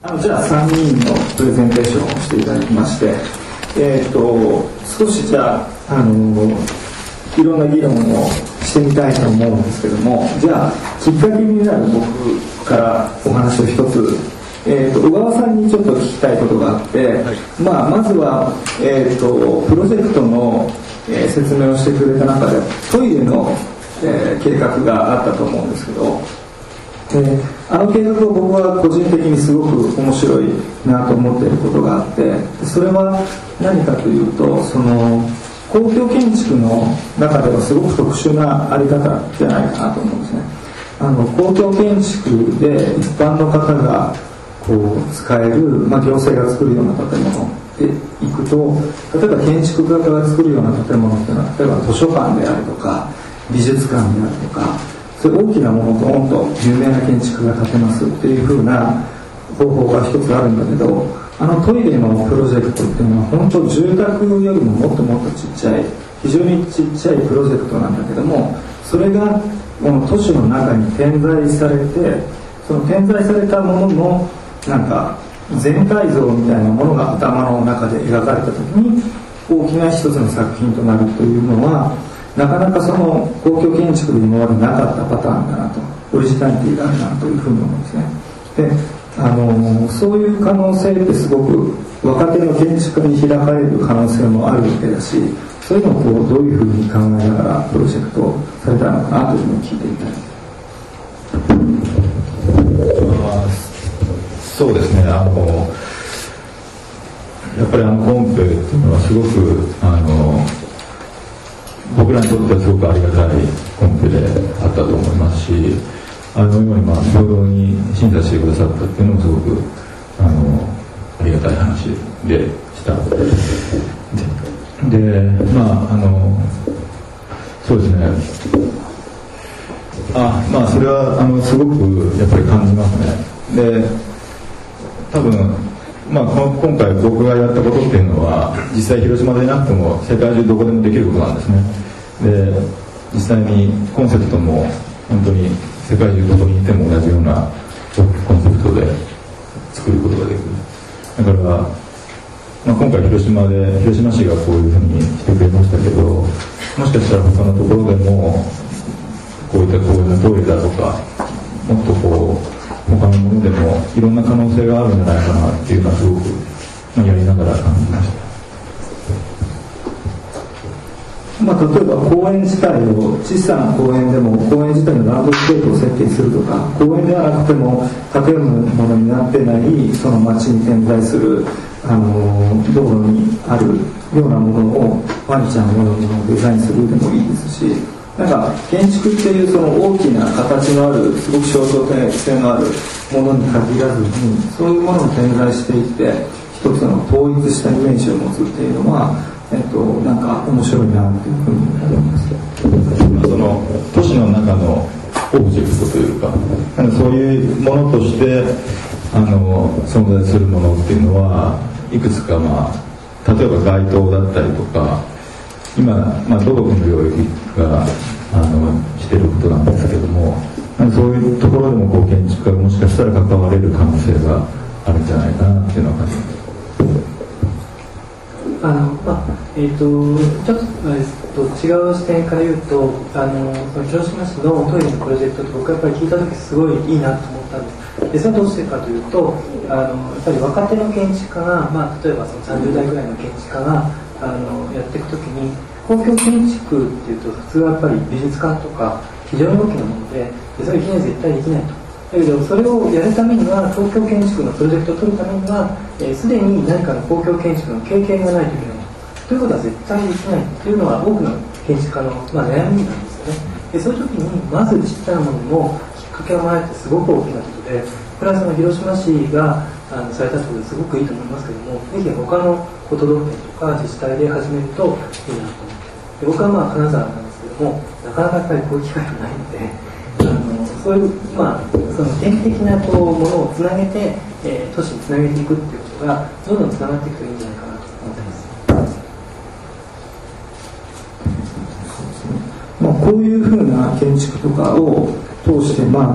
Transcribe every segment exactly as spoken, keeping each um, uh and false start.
あのじゃあさんにんのプレゼンテーションをしていただきまして、えー、と少しじゃあ、あのいろんな議論をしてみたいと思うんですけども、じゃあきっかけになる僕からお話を一つ、えー、と小川さんにちょっと聞きたいことがあって、はい、まあ、まずは、えー、とプロジェクトの、えー、説明をしてくれた中でトイレの、えー、計画があったと思うんですけど、えー、あの計画を僕は個人的にすごく面白いなと思っていることがあって、それは何かというと、その公共建築の中ではすごく特殊なあり方じゃないかなと思うんですね。あの公共建築で一般の方がこう使える、まあ、行政が作るような建物でいくと、例えば建築家が作るような建物っていうのは、例えば図書館であるとか美術館であるとか、そういう大きなものをドーンと有名な建築が建てますっていう風な方法が一つあるんだけど、あのトイレのプロジェクトっていうのは本当住宅よりももっともっとちっちゃい、非常にちっちゃいプロジェクトなんだけども、それがこの都市の中に点在されて、その点在されたもののなんか全体像みたいなものが頭の中で描かれた時に大きな一つの作品となるというのは、なかなかその公共建築で今までなかったパターンだなと、オリジナリティがあるなというふうに思うんですね。で、あのそういう可能性ってすごく若手の建築家に開かれる可能性もあるわけだし、そういうのをこうどういうふうに考えながらプロジェクトをされたのかなというのを聞いてみたいです。 そうですね、あのやっぱりあのコンペっていうのはすごくあの僕らにとってはすごくありがたいコンペであったと思いますし、あの今今平等に審査してくださったっていうのもすごくあのありがたい話でした。で、でまああのそうですね、あまあそれはあのすごくやっぱり感じますね。で多分まあ、今回僕がやったことっていうのは実際広島でなくても世界中どこでもできることなんですね。で実際にコンセプトも本当に世界中どこにいても同じようなコンセプトで作ることができる。だから、まあ、今回広島で広島市がこういうふうにしてくれましたけど、もしかしたら他のところでもこういった公園のトイレだとかもっとこう他のものでもいろんな可能性があるんじゃないかなっていうのはすごく、まあ、やりながら感じました。 まあ、例えば公園自体を小さな公園でも公園自体のランドスケープを設計するとか、公園ではなくても建物になってないその街に点在するあの道路にあるようなものをワンちゃんのようなものをデザインするでもいいですし、なんか建築っていうその大きな形のあるすごく象徴性のあるものに限らずに、そういうものを点在していって一つの統一したイメージを持つっていうのは、えっと、なんか面白いなというふうに思います。 その都市の中のオブジェクトというか、そういうものとしてあの存在するものっていうのはいくつか、まあ、例えば街灯だったりとか、今、まあ、土木の領域があのしていることなんですけども、そういうところでもこう建築家がもしかしたら関われる可能性があるんじゃないかなっていうのは感じます。 あのまあえー、とちょっと、えー、と違う視点から言うと、あのその広島市のトイレのプロジェクトって僕はやっぱり聞いた時すごいいいなと思ったんです。でそれはどうしてかというと、あのやっぱり若手の建築家が、まあ、例えばそのさんじゅう代ぐらいの建築家があのやっていくときに、公共建築っていうと普通はやっぱり美術館とか非常に大きなもので、でそれいきなり絶対できないと。だけどそれをやるためには、東京建築のプロジェクトを取るためにはすで、えー、に何かの公共建築の経験がないといけないということは絶対できないというのは多くの建築家の、まあ、悩みなんですよね。でそういう時にまず小さなもののきっかけをもらえてすごく大きなことで、これはその広島市があのされたことですごくいいと思いますけども、ぜひ他の都道府県とか自治体で始めるといいなと思って、で僕はまあ金沢なんですけども、なかなかやっぱりこういう機会がないので、あのそういう、まあ、その定期的なこうものをつなげて、えー、都市につなげていくっていうことがどんどんつながっていくといいんじゃないかなと思ってます。 まあ、こういうふうな建築とかを通して、まあ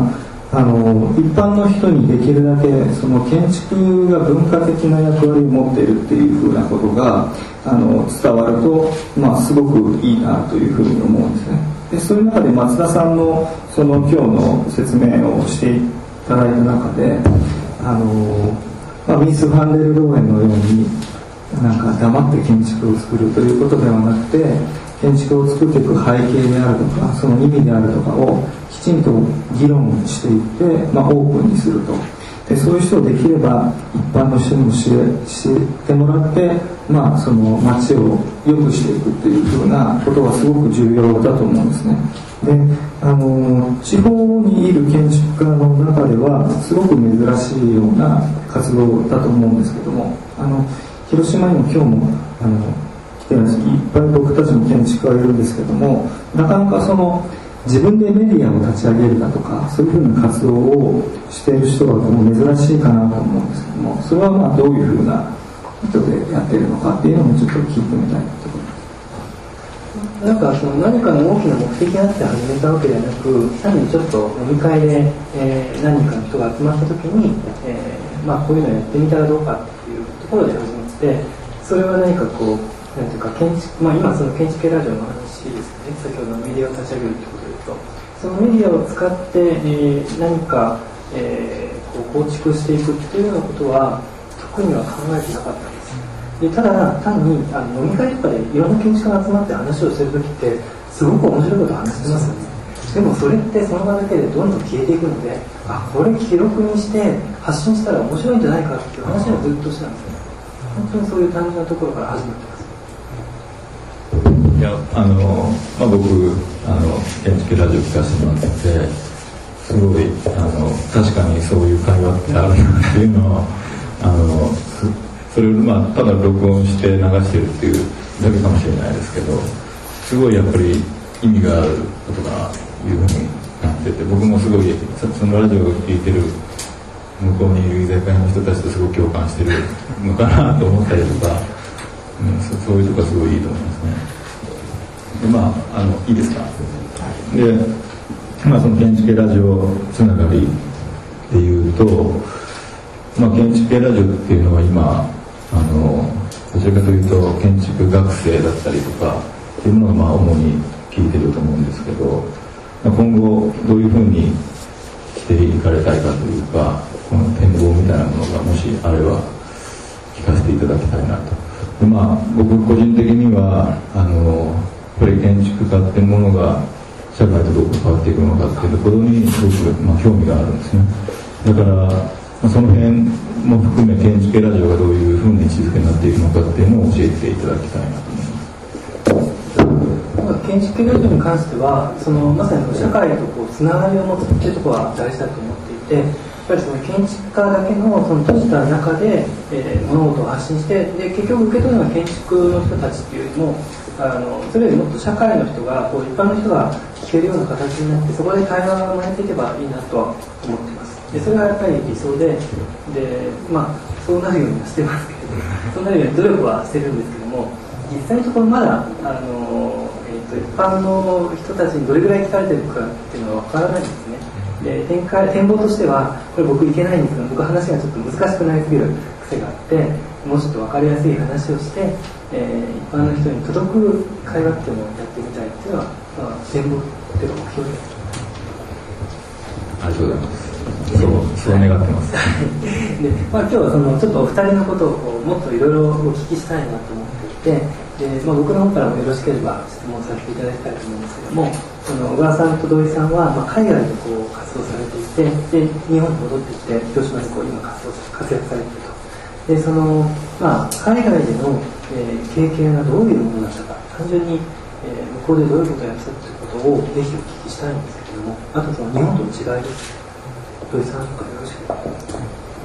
あの一般の人にできるだけその建築が文化的な役割を持っているっていうふうなことがあの伝わると、まあ、すごくいいなというふうに思うんですね。でそういう中で松田さんのその今日の説明をしていただいた中であの、まあ、ミース・ファンデル・ローエンのようになんか黙って建築を作るということではなくて、建築を作っていく背景であるとかその意味であるとかをきちんと議論していって、まあ、オープンにすると。でそういう人をできれば一般の人にも知れ知ってもらって、まあ、その街を良くしていくっていうふうなことはすごく重要だと思うんですね。であの地方にいる建築家の中ではすごく珍しいような活動だと思うんですけども、あの広島にも今日もあの来てるんです。いっぱい僕たちも建築家がいるんですけども、なかなかその自分でメディアを立ち上げるだとかそういうふうな活動をしている人はもう珍しいかなと思うんですけども、それはまあどういうふうな意図でやっているのかっていうのもちょっと聞いてみたいところです。 なんかその何かの大きな目的があって始めたわけではなく、単にちょっと飲み会で、えー、何人かの人が集まった時に、えーまあ、こういうのをやってみたらどうかっていうところで始まって、それは何かこうなんていうか建築、まあ、今その建築系ラジオの話ですね。先ほどのメディアを立ち上げるということでいうと、そのメディアを使って、えー、何か、えー、こう構築していくっていうようなことは特には考えてなかったんです。でただ単にあの飲み会とかでいろんな建築家が集まって話をしてる時ってすごく面白いことを話してますよね。でもそれってその場だけでどんどん消えていくので、あこれ記録にして発信したら面白いんじゃないかっていう話をずっとしてたんですよね。本当にそういう単純なところから始まってます。 いやあの、まあ、僕あの建築ラジオ聞かせてもらってすごいあの確かにそういう会話ってあるなっていうのはあのそれを、まあ、ただ録音して流してるっていうだけかもしれないですけど、すごいやっぱり意味があることかないうふうになってて、僕もすごいそのラジオを聞いてる向こうにいる居酒屋の人たちとすごく共感してるのかなと思ったりとか、うん、そ, そういうとこはすごいいいと思いますね。でまあ、あのいいですか。で、まあ、その建築系ラジオつながりでいうと、まあ、建築系ラジオっていうのは今あのどちらかというと建築学生だったりとかっていうものがまあ主に聞いてると思うんですけど、まあ、今後どういうふうにしていかれたいかというか、この展望みたいなものがもしあれば聞かせていただきたいなと。で、まあ、僕個人的にはあのやっぱり建築家っていうものが社会とどう変わっていくのかっていうところにすごく、まあ、興味があるんですね。だから、まあ、その辺も含め建築系ラジオがどういうふうな位置づけになっていくのかっていうのを教えていただきたいなと思います。 建築系ラジオに関してはそのまさに社会とこうつながりを持つっていうところは大事だと思っていて、やっぱりその建築家だけのその閉じた中で、えー、物事を発信して、で結局受け取るのは建築の人たちっていうよりもあのそれよりもっと社会の人がこう一般の人が聞けるような形になって、そこで対話が生まれていけばいいなとは思っています。でそれがやっぱり理想で、で、まあ、そうなるようにはしてますけど、そうなるように努力はしてるんですけども、実際のところまだあの、えー、と一般の人たちにどれぐらい聞かれてるかっていうのは分からないんですね。で 展, 開展望としてはこれ僕いけないんですけど、僕話がちょっと難しくなりすぎる癖があって、もうちょっと分かりやすい話をして、えー、一般の人に届く会話っていうのをやってみたいっていうのは、まあ、展望っていうのが目標です。 ありがとうございます。そう、そう願ってます。 で、まあ、今日はそのちょっとお二人のことをこうもっといろいろお聞きしたいなと思っていて、で、まあ、僕の方からもよろしければ質問させていただきたいと思うんですけども、その小川さんと土井さんは、まあ、海外でこう活動されていて、で日本に戻ってきて広島でこう今活動活躍されていると。でその、まあ、海外での、えー、経験がどういうものだったか、単純に、えー、向こうでどういうことをやってたということをぜひお聞きしたいんですけれども、あとその日本との違いです。土井さんとかよろしくお願いします。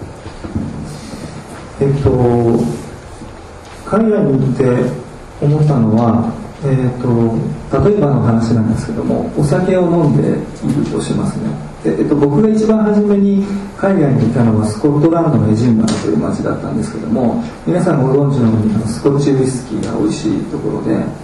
えっと海外に行って思ったのは、えー、と例えばの話なんですけども、お酒を飲んでいるとしますね。で、えっと、僕が一番初めに海外にいたのはスコットランドのエジンバラという町だったんですけども、皆さんご存知のようにスコッチウイスキーが美味しいところで、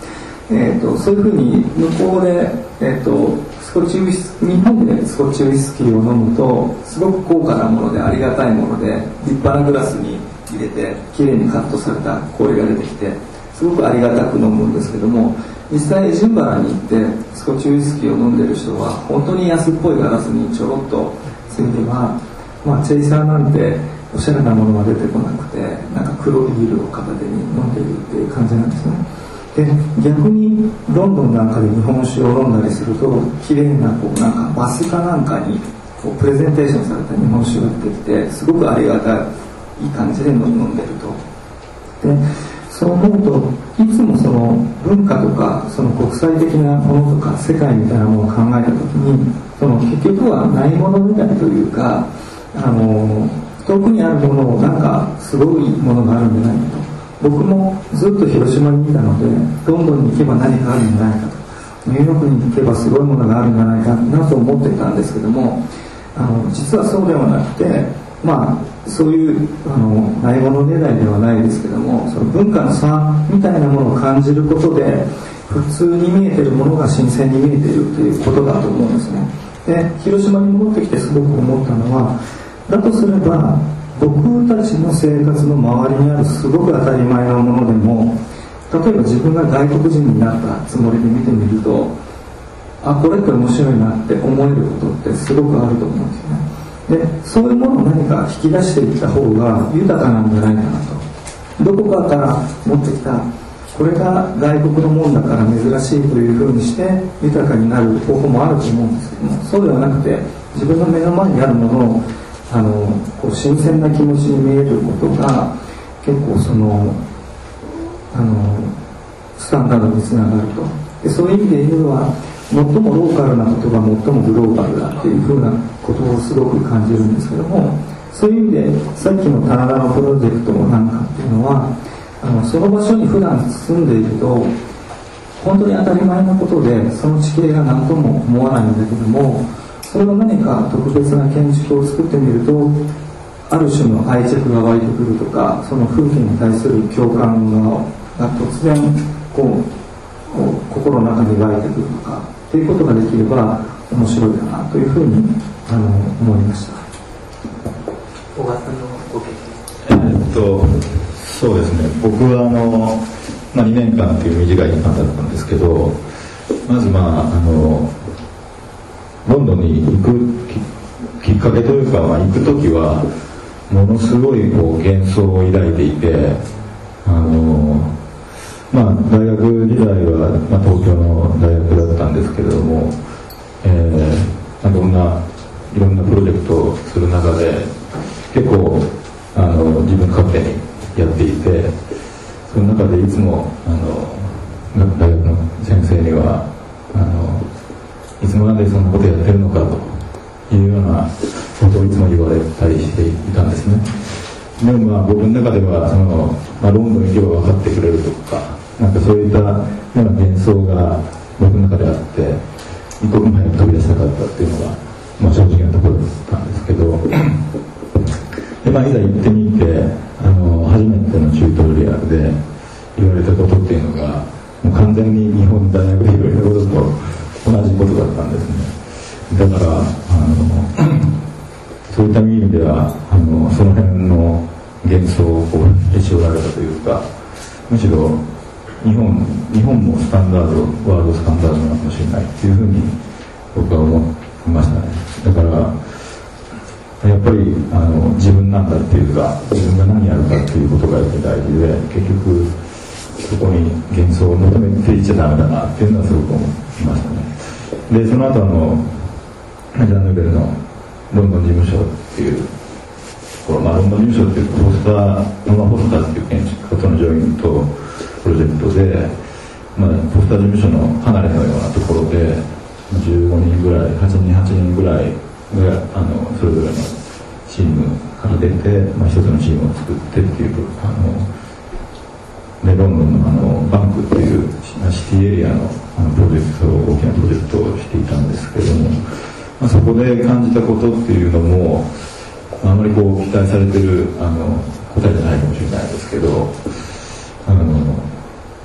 えー、とそういうふうに向こうで、えー、とスコッチウイス日本でスコッチウイスキーを飲むとすごく高価なものでありがたいもので立派なグラスに入れてきれいにカットされた氷が出てきてすごくありがたく飲むんですけども、実際エジンバラに行ってスコッチウイスキーを飲んでる人は本当に安っぽいガラスにちょろっとついては、まあ、チェイサーなんておしゃれなものが出てこなくてなんか黒ビールを片手に飲んでいるっていう感じなんですね。で逆にロンドンなんかで日本酒を飲んだりすると綺麗なこうなんかバスかなんかにこうプレゼンテーションされた日本酒が出てきてすごくありがたい感じで飲んでると。でそう思うといつもその文化とかその国際的なものとか世界みたいなものを考えた時にその結局はないものみたいというかあの遠くにあるものをなんかすごいものがあるんじゃないかと。僕もずっと広島にいたのでロンドンに行けば何かあるんじゃないかとニューヨークに行けばすごいものがあるんじゃないかなと思っていたんですけどもあの実はそうではなくてまあそういうあのないものねだりではないですけどもその文化の差みたいなものを感じることで普通に見えているものが新鮮に見えているということだと思うんですね。で広島に戻ってきてすごく思ったのはだとすれば僕たちの生活の周りにあるすごく当たり前のものでも例えば自分が外国人になったつもりで見てみるとあこれって面白いなって思えることってすごくあると思うんですよね。でそういうものを何か引き出していった方が豊かなんじゃないかなとどこかから持ってきたこれが外国のもんだから珍しいというふうにして豊かになる方法もあると思うんですけどもそうではなくて自分の目の前にあるものをあのこう新鮮な気持ちに見えることが結構そのあのスタンダードにつながると。でそういう意味で言うのは最もローカルなことが最もグローバルだっていうふうなことをすごく感じるんですけどもそういう意味でさっきの棚田のプロジェクトなんかっていうのはあのその場所に普段住んでいると本当に当たり前のことでその地形が何とも思わないんだけどもそれが何か特別な建築を作ってみるとある種の愛着が湧いてくるとかその風景に対する共感が突然こう心の中に湧いてくるとかっていうことができれば面白いかなというふうにあの思いました。 小川さんのご経験。 えーっとそうですね僕はあの、まあ、にねんかんという短い期間だったんですけどまずまああのロンドンに行く き, きっかけというか、まあ、行く時はものすごいこう幻想を抱いていてあの、まあ、大学時代は、まあ、東京の大学だったんですけれども、えーまあ、どんないろんなプロジェクトをする中で結構あの自分勝手にやっていてその中でいつもあの大学の先生にはあのいつもなんでそんなことやってるのかというようなことをいつも言われたりしていたんですね。でもまあ僕の中ではその、まあ、ロンドン行けば分かってくれるとかなんかそういったような幻想が僕の中であって一刻も早く飛び出したかったっていうのが、まあ、正直なところだったんですけどで、まあ、いざ行ってみてあの初めてのチュートリアルで言われたことっていうのがもう完全に日本大学で言われたことと同じことだったんですね。だからあのそういった意味ではあのその辺の幻想をこうへし折られたというかむしろ日本日本もスタンダードワールドスタンダードなのかもしれないっていうふうに僕は思いましたね。だからやっぱりあの自分なんだっていうか自分が何やるかっていうことがやっぱり大事で結局そこに幻想を求めていっちゃダメだなっていうのはすごく思いましたね。でその後あのジャン・ヌーベルのロンドン事務所っていうところ、まあ、ロンドン事務所っていうとポスターノマ・ポスターっていう建築家とのジョイントプロジェクトで、まあ、ポスター事務所の離れのようなところでじゅうごにんぐらいはちにんはちにんぐらいがあのそれぞれのチームから出て、まあ、一つのチームを作ってっていうあのでロンドンのあのバンクっていうシティエリア の, あのプロジェクト大きなプロジェクトをしていたんですけれども、まあ、そこで感じたことっていうのもあまりこう期待されてるあの答えじゃないかもしれないですけどあの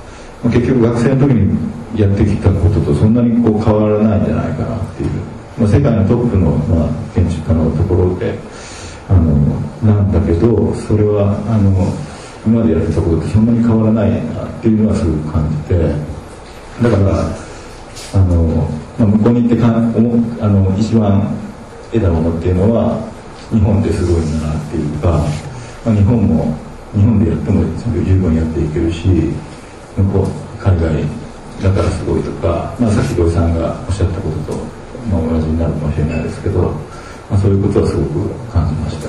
結局学生の時にやってきたこととそんなにこう変わらないんじゃないかなっていう、まあ、世界のトップの、まあ、建築家のところであのなんだけど、それはあの今までやってたことってそんなに変わらないなっていうのはすごく感じて、だからあの、まあ、向こうに行ってかんあの一番得たものっていうのは日本ですごいんだなっていうか、まあ、日本も日本でやっても十分やっていけるし、向こう海外だからすごいとか、まあ、さっき土井さんがおっしゃったことと、まあ、同じになるかもしれないですけど、まあ、そういうことはすごく感じました。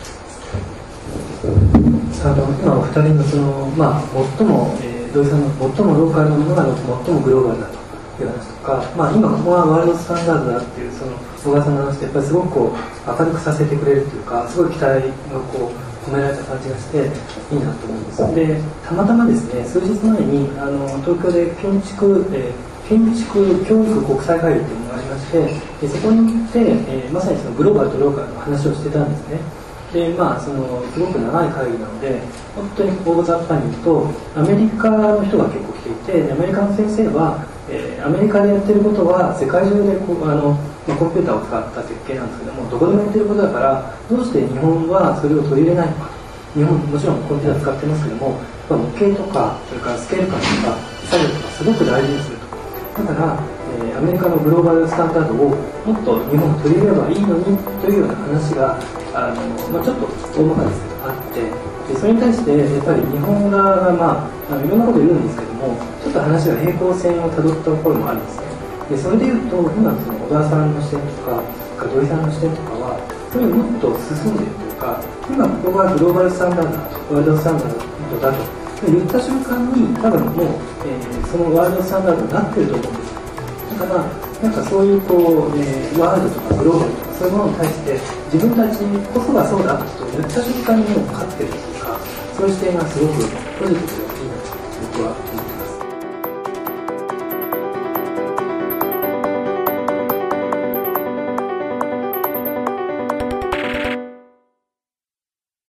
あの今お二人のその、まあ、最も、えー、土井さんの最もローカルなものが最もグローバルだという話とか、まあ、今ここはワールドスタンダードだっていうその小川さんの話でやっぱりすごくこう明るくさせてくれるというか、すごい期待がこう込められた感じがしていいなと思うんです。でたまたまですね、数日前にあの東京で建築、えー、建築教育国際会議というのがありまして、でそこに行って、えー、まさにそのグローバルとローカルの話をしてたんですね。でまあ、そのすごく長い会議なので、本当に大雑把に言うとアメリカの人が結構来ていて、アメリカの先生は、えー、アメリカでやってることは世界中でこうあの、まあ、コンピューターを使った設計なんですけども、どこでもやってることだから、どうして日本はそれを取り入れないのか。日本もちろんコンピューター使ってますけども、模型とかそれからスケール感とか作業とかすごく大事にすると。だから、えー、アメリカのグローバルスタンダードをもっと日本に取り入れればいいのにというような話があの、まあ、ちょっと大まかですけどあって、でそれに対してやっぱり日本側が、まあ、あのいろんなこと言うんですけども、ちょっと話が平行線をたどったところもあるんですね。でそれでいうと今その小田さんの視点とか土井さんの視点とかはそれをもっと進んでいるというか、今ここがグローバルスタンダードだとワールドスタンダードだと言った瞬間に多分もう、えー、そのワールドスタンダードになっていると思うんです。だからなんかそういうこう、えー、ワールドとかグローバルとかそういうものに対して自分たちこそがそうだと言った瞬間にもう勝ってるというか、そういう視点がすごくポジティブでいいなと僕は思います。